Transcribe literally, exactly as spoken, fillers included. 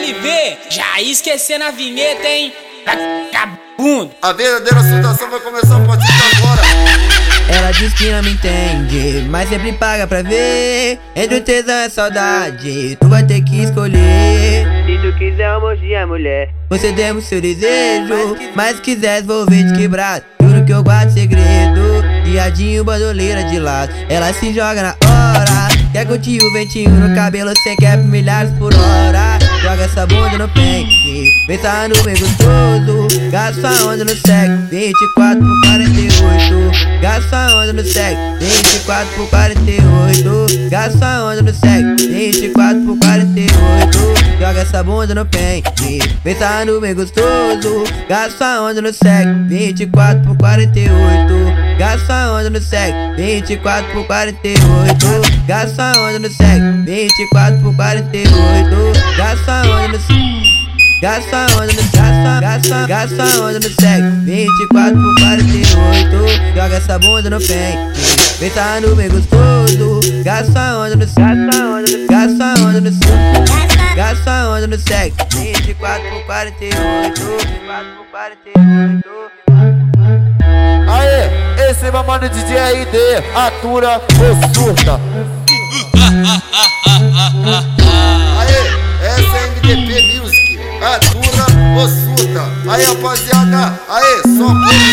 M V, já esquecendo a vinheta, hein? Vagabundo. A verdadeira situação vai começar a partir de agora. Ela diz que não me entende, mas sempre paga pra ver. Entre o tesão e a saudade, tu vai ter que escolher. Se tu quiser um dia, mulher, você deve o seu desejo. Mas se quiser envolver de quebrado, juro que eu guardo segredo. Viadinho, bandoleira de lado, ela se joga na hora. Quer curtir o ventinho no cabelo, cê quer por milhares por hora. Joga essa bunda no pente, pensa no bem gostoso. Gasta a onda no sexo, vinte e quatro por quarenta e oito. Gasta a onda no sexo, vinte e quatro por quarenta e oito. Gasta a onda no sexo, vinte e quatro por quarenta e oito. Joga essa bunda no pente, pensa no bem gostoso. Gasta a onda no sexo, vinte e quatro por quarenta e oito. Gasta a onda no sexo, vinte e quatro por quarenta e oito. Gasta a onda no sexo, vinte e quatro por quarenta e oito. Gasta a onda no sexo. Gasta a onda no gasta, gasta, gasta a onda no sexo, vinte e quatro por quarenta e oito. Joga essa bunda no pente, pensa no bem gostoso. Gasta a onda no gasta a onda no gasta a onda no sexo, gasta a onda no sexo, vinte e quatro por quarenta e oito. vinte e quatro por quarenta e oito. Aê, esse é meu mano D J R D, atura ou surta. Aê, essa é M D P Music, atura ou surta. Aí rapaziada, aê, só